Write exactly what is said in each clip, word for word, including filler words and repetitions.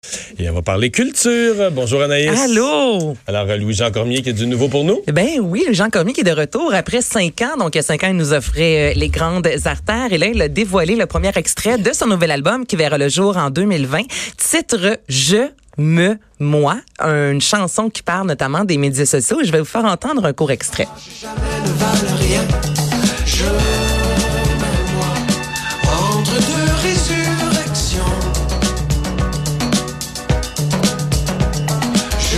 Et on va parler culture. Bonjour Anaïs. Allô. Alors Louis-Jean Cormier qui a du nouveau pour nous. Ben oui, Louis-Jean Cormier qui est de retour après cinq ans. Donc il y a cinq ans, il nous offrait euh, Les Grandes Artères. Et là, il a dévoilé le premier extrait de son nouvel album qui verra le jour en deux mille vingt. Titre Je me moi, une chanson qui parle notamment des médias sociaux. Je vais vous faire entendre un court extrait. Jamais ne valent rien. Je me moi entre deux résurrections. Je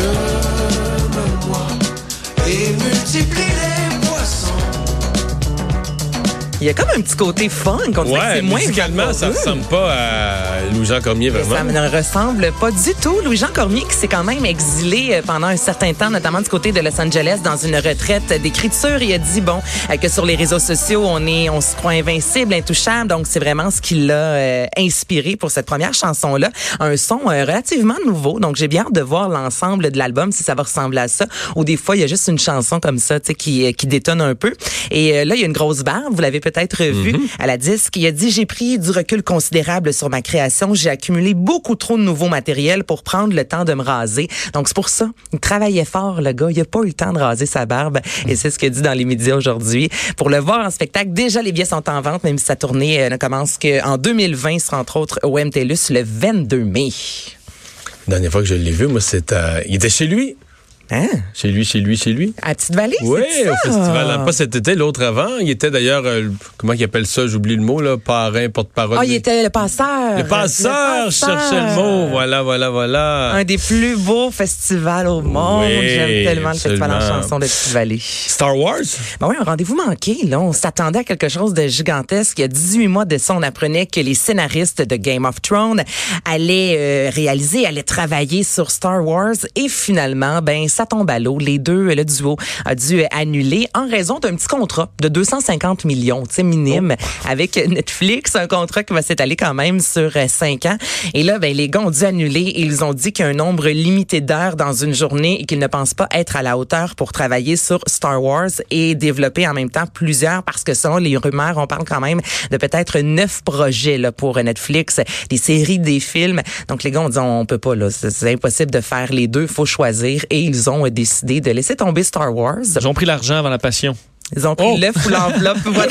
me moi et multiplie les poissons. Il y a comme un petit côté fun. Qu'on dirait que Ouais, c'est moins musicalement, ça vaporeux. ressemble pas à Louis-Jean Cormier, vraiment. Ça ne ressemble pas du tout. Louis-Jean Cormier qui s'est quand même exilé pendant un certain temps, notamment du côté de Los Angeles, dans une retraite d'écriture. Il a dit, bon, que sur les réseaux sociaux, on est, on se croit invincible, intouchable. Donc, c'est vraiment ce qui l'a euh, inspiré pour cette première chanson-là. Un son euh, relativement nouveau. Donc, j'ai bien hâte de voir l'ensemble de l'album, si ça va ressembler à ça. Ou des fois, il y a juste une chanson comme ça, tu sais, qui, qui détonne un peu. Et euh, là, il y a une grosse barbe. Vous l'avez peut-être vu mm-hmm. à la disque. Il a dit, j'ai pris du recul considérable sur ma création. J'ai accumulé beaucoup trop de nouveaux matériels pour prendre le temps de me raser. Donc, c'est pour ça. Il travaillait fort, le gars. Il a pas eu le temps de raser sa barbe. Et c'est ce qu'il dit dans les médias aujourd'hui. Pour le voir en spectacle, déjà, les billets sont en vente, même si sa tournée euh, ne commence qu'en deux mille vingt, sera entre autres au M T L U S le vingt-deux mai. La dernière fois que je l'ai vu, moi, c'était... Euh, il était chez lui. Hein? Chez lui, chez lui, chez lui. À Petite-Vallée, oui, c'est ça? au festival. Pas cet été, l'autre avant. Il était d'ailleurs, euh, comment il appelle ça? J'oublie le mot, là. Parrain, porte-parole. Ah, il était le passeur. Le passeur, je cherchais le mot. Voilà, voilà, voilà. Un des plus beaux festivals au monde. Oui, j'aime tellement absolument. le festival en chanson de Petite-Vallée. Star Wars? Ben oui, un rendez-vous manqué, là. On s'attendait à quelque chose de gigantesque. Il y a dix-huit mois de ça, on apprenait que les scénaristes de Game of Thrones allaient euh, réaliser, allaient travailler sur Star Wars. Et finalement, ben, ça tombe à l'eau. Les deux, le duo a dû annuler en raison d'un petit contrat de deux cent cinquante millions, tu sais, minime, oh. avec Netflix. Un contrat qui va s'étaler quand même sur cinq ans. Et là, ben, les gars ont dû annuler et ils ont dit qu'il y a un nombre limité d'heures dans une journée et qu'ils ne pensent pas être à la hauteur pour travailler sur Star Wars et développer en même temps plusieurs, parce que selon les rumeurs, on parle quand même de peut-être neuf projets là, pour Netflix, des séries, des films. Donc, les gars ont dit, on peut pas, là, c'est, c'est impossible de faire les deux, faut choisir. Et ils ont décidé de laisser tomber Star Wars. Ils ont pris l'argent avant la passion. Ils ont pris oh. l'œuf ou l'enveloppe. Voilà.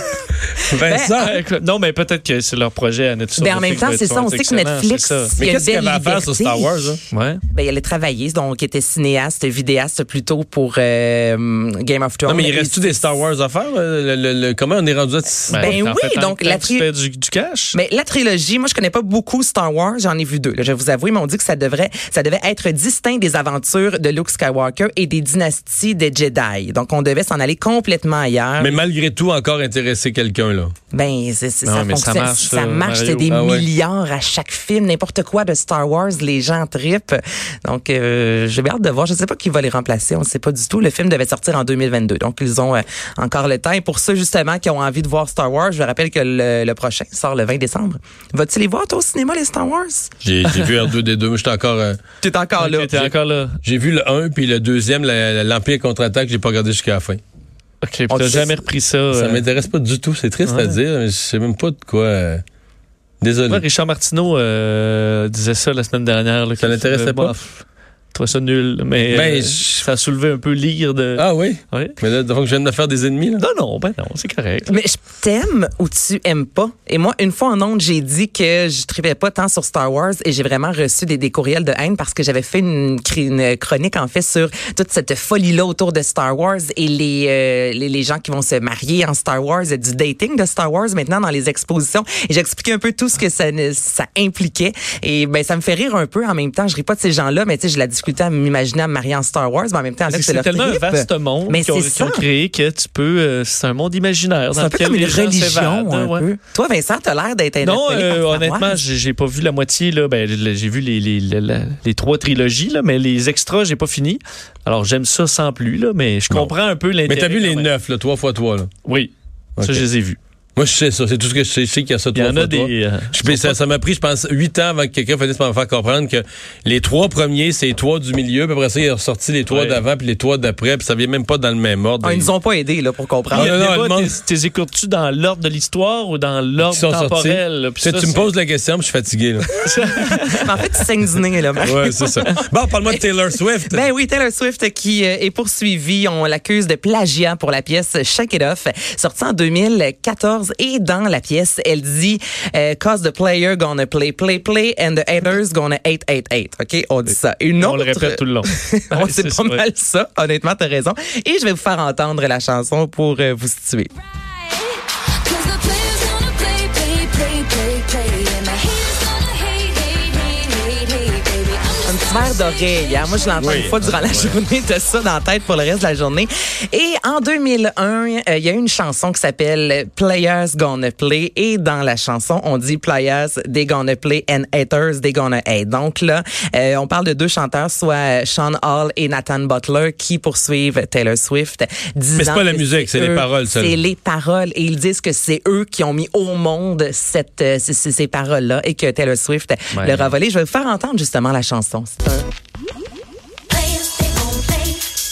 Vincent. Ben, non, mais peut-être que c'est leur projet à Netflix. Ben en même temps, c'est ça. On sait que Netflix. Mais qu'est-ce qu'il y avait à faire sur Star Wars? Hein? Ouais. Ben, il allait travailler. Donc, il était cinéaste, vidéaste plutôt pour euh, Game of Thrones. Non, mais il reste-tu des Star Wars à faire? Le, le, le, comment on est rendu à... Ben, ben oui, fait, donc la trilogie. Du, du cash? Mais la trilogie, moi, je connais pas beaucoup Star Wars. J'en ai vu deux. Là, je vais vous avouer, mais on dit que ça devrait, ça devait être distinct des aventures de Luke Skywalker et des dynasties des Jedi. Donc, on devait s'en aller complètement ailleurs. Mais malgré tout, encore intéresser quelqu'un, là. Ben, c'est, c'est, non, ça fonctionne. Ça marche, ça marche c'est des ah ouais. milliards à chaque film. N'importe quoi de Star Wars, les gens trippent. Donc, euh, j'ai bien hâte de voir. Je ne sais pas qui va les remplacer. On ne sait pas du tout. Le film devait sortir en deux mille vingt-deux. Donc, ils ont euh, encore le temps. Et pour ceux, justement, qui ont envie de voir Star Wars, je vous rappelle que le, le prochain sort le vingt décembre. Vas-tu les voir, toi, au cinéma, les Star Wars? J'ai, j'ai vu R deux D deux. Moi, j'étais encore... Euh... Tu es encore là. T'es encore là. J'ai vu le un, puis le deuxième, la, l'Empire contre-attaque, j'ai pas regardé jusqu'à la fin. OK, puis t'as jamais repris ça. Ça euh... m'intéresse pas du tout. C'est triste ouais. à dire, mais je sais même pas de quoi... Euh... Désolé. Ouais, Richard Martineau euh, disait ça la semaine dernière. Là, ça l'intéressait pas? Je trouvais ça nul, mais ben, euh, je... ça a soulevé un peu l'ire de... Ah oui? Oui. Mais là, donc, je viens de me faire des ennemis, là? Non, non, ben non, c'est correct. Mais je t'aime ou tu aimes pas. Et moi, une fois en ondes, j'ai dit que je tripais pas tant sur Star Wars et j'ai vraiment reçu des, des courriels de haine parce que j'avais fait une, une chronique, en fait, sur toute cette folie-là autour de Star Wars et les, euh, les, les gens qui vont se marier en Star Wars, du dating de Star Wars maintenant dans les expositions. Et j'expliquais un peu tout ce que ça, ça impliquait. Et ben, ça me fait rire un peu. En même temps, je ris pas de ces gens-là, mais tu sais, j'ai la difficulté à m'imaginer à me marier en Star Wars, mais en même temps, c'est, c'est, c'est leur tellement trip. un vaste monde mais qu'ils ont, qu'ils ont créé que tu peux... Euh, c'est un monde imaginaire. C'est dans un peu lequel comme une les gens religion, s'évadent, un ouais. peu. Toi, Vincent, t'as l'air d'être non, interpellé euh, par honnêtement, j'ai, j'ai pas vu la moitié. Là. Ben, j'ai vu les, les, les, les, les trois trilogies, là, mais les extras, j'ai pas fini. Alors, j'aime ça sans plus, là, mais je comprends non. un peu l'intérêt. Mais t'as vu les neuf, là, trois fois toi, là? Oui, okay. Ça, je les ai vus. Moi, je sais ça. C'est tout ce que je sais. Je sais qu'il y a ça Il y trois en fois a des... euh, Je, ça, ça m'a pris, je pense, huit ans avant que quelqu'un finisse par me faire comprendre que les trois premiers, c'est les trois du milieu, puis après ça, il a ressorti les trois Ouais. d'avant, puis les trois d'après, puis ça vient même pas dans le même ordre. Ah, ils nous ont pas aidés là, pour comprendre. Ah, non, non, Des le fois, monde- t'es- t'es écoutes-tu dans l'ordre de l'histoire ou dans l'ordre Qui sont temporel? là? Puis Tu sais, ça, tu me c'est- poses la question, puis je suis fatigué. Là. Mais en fait, tu saignes du nez, là. Ouais, c'est ça. Bon, parle-moi de Taylor Swift. Ben oui, Taylor Swift qui euh, est poursuivie. On l'accuse de plagiat pour la pièce Shake It Off, sortie en deux mille quatorze. Et dans la pièce, elle dit euh, « Cause the player gonna play, play, play, and the haters gonna hate, hate, hate ». OK, on dit ça. Une On autre... le répète tout le long. On Ouais, c'est c'est pas ça, ouais. mal ça. Honnêtement, t'as raison. Et je vais vous faire entendre la chanson pour euh, vous situer. Cause the players gonna play, play, play, play, play. And the haters gonna hate, hate, hate, hate, hate, baby. I'm Un just petit verre d'oreille. Hein? Moi, je l'entends Oui. une fois durant la journée. T'as ça dans la tête pour le reste de la journée. Et en deux mille un, euh, il y a eu une chanson qui s'appelle Players Gonna Play. Et dans la chanson, on dit Players, they gonna play and haters, they gonna hate. Donc là, euh, on parle de deux chanteurs, soit Sean Hall et Nathan Butler, qui poursuivent Taylor Swift. Mais c'est pas la musique, c'est les eux- paroles seules. C'est les paroles. Et ils disent que c'est eux qui ont mis au monde cette, euh, ces, ces- ces paroles-là et que Taylor Swift Ouais. leur a volé. Je vais vous faire entendre justement la chanson. C'est un- players, they gon' play.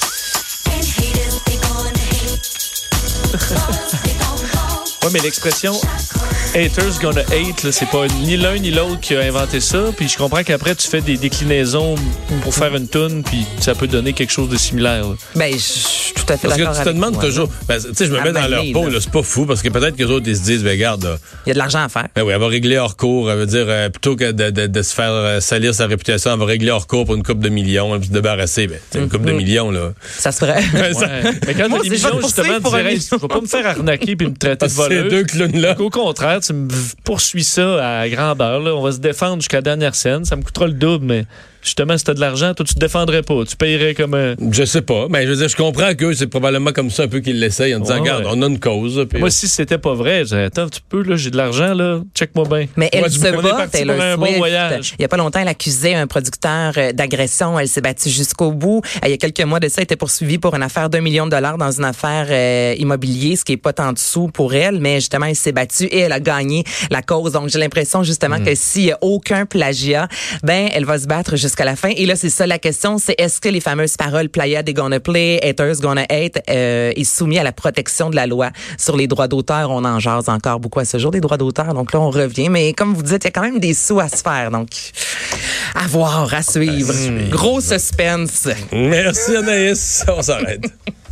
And haters, they gonna hate. Ballers, they gon' ball. Ouais, mais l'expression haters gonna hate, là, c'est pas ni l'un ni l'autre qui a inventé ça. Puis je comprends qu'après, tu fais des déclinaisons pour faire une toune, puis ça peut donner quelque chose de similaire. là. Ben, je suis tout à fait Parce d'accord que tu te avec demandes toi. toujours. Ben, tu sais, je me À mets dans leur manier, peau, là. là, c'est pas fou, parce que peut-être que les autres, ils se disent, ben, regarde, là, Il y a de l'argent à faire. ben oui, elle va régler hors cours. Elle veut dire, euh, plutôt que de, de, de se faire euh, salir sa réputation, elle va régler hors cours pour une coupe de millions, puis se débarrasser. Ben, c'est une coupe de millions, là. Ça se ferait. Ben, ça- Ouais. Mais quand Moi, t'as des c'est je vais millions, te justement, poursuivre tu pour un dirais, million. tu vas pas me faire arnaquer puis me traiter de Ces voleuse. deux clowns-là. Au contraire, tu me poursuis ça à grandeur. Là. On va se défendre jusqu'à la dernière scène. Ça me coûtera le double, mais justement, si t'as de l'argent, toi, tu te défendrais pas. Tu payerais comme un... Je sais pas. Mais je veux dire, je comprends qu'eux, c'est probablement comme ça un peu qu'ils l'essayent en disant, Ouais, regarde, ouais. on a une cause. Puis, Moi, si c'était pas vrai, je dirais, attends, tu peux, là, j'ai de l'argent, là, check-moi bien. Mais elle Ouais, se on est bat, parti Taylor pour un bon Swift. voyage. Il y a pas longtemps, elle accusait un producteur euh, d'agression. Elle s'est battue jusqu'au bout. Euh, Il y a quelques mois de ça, elle était poursuivie pour une affaire d'un million de dollars dans une affaire euh, immobilier, ce qui est pas tant de sous pour elle. Mais justement, elle s'est battue et elle a gagné la cause. Donc, j'ai l'impression justement Mm. que s'il y a aucun plagiat, ben, elle va se battre jusqu'à la fin. Et là, c'est ça la question, c'est est-ce que les fameuses paroles Playa they gonna play, haters gonna hate euh, est soumis à la protection de la loi sur les droits d'auteur. On en jase encore beaucoup à ce jour des droits d'auteur. Donc là, on revient. Mais comme vous dites, il y a quand même des sous à se faire. Donc, à voir, à suivre. Gros suspense. Merci Anaïs. On s'arrête.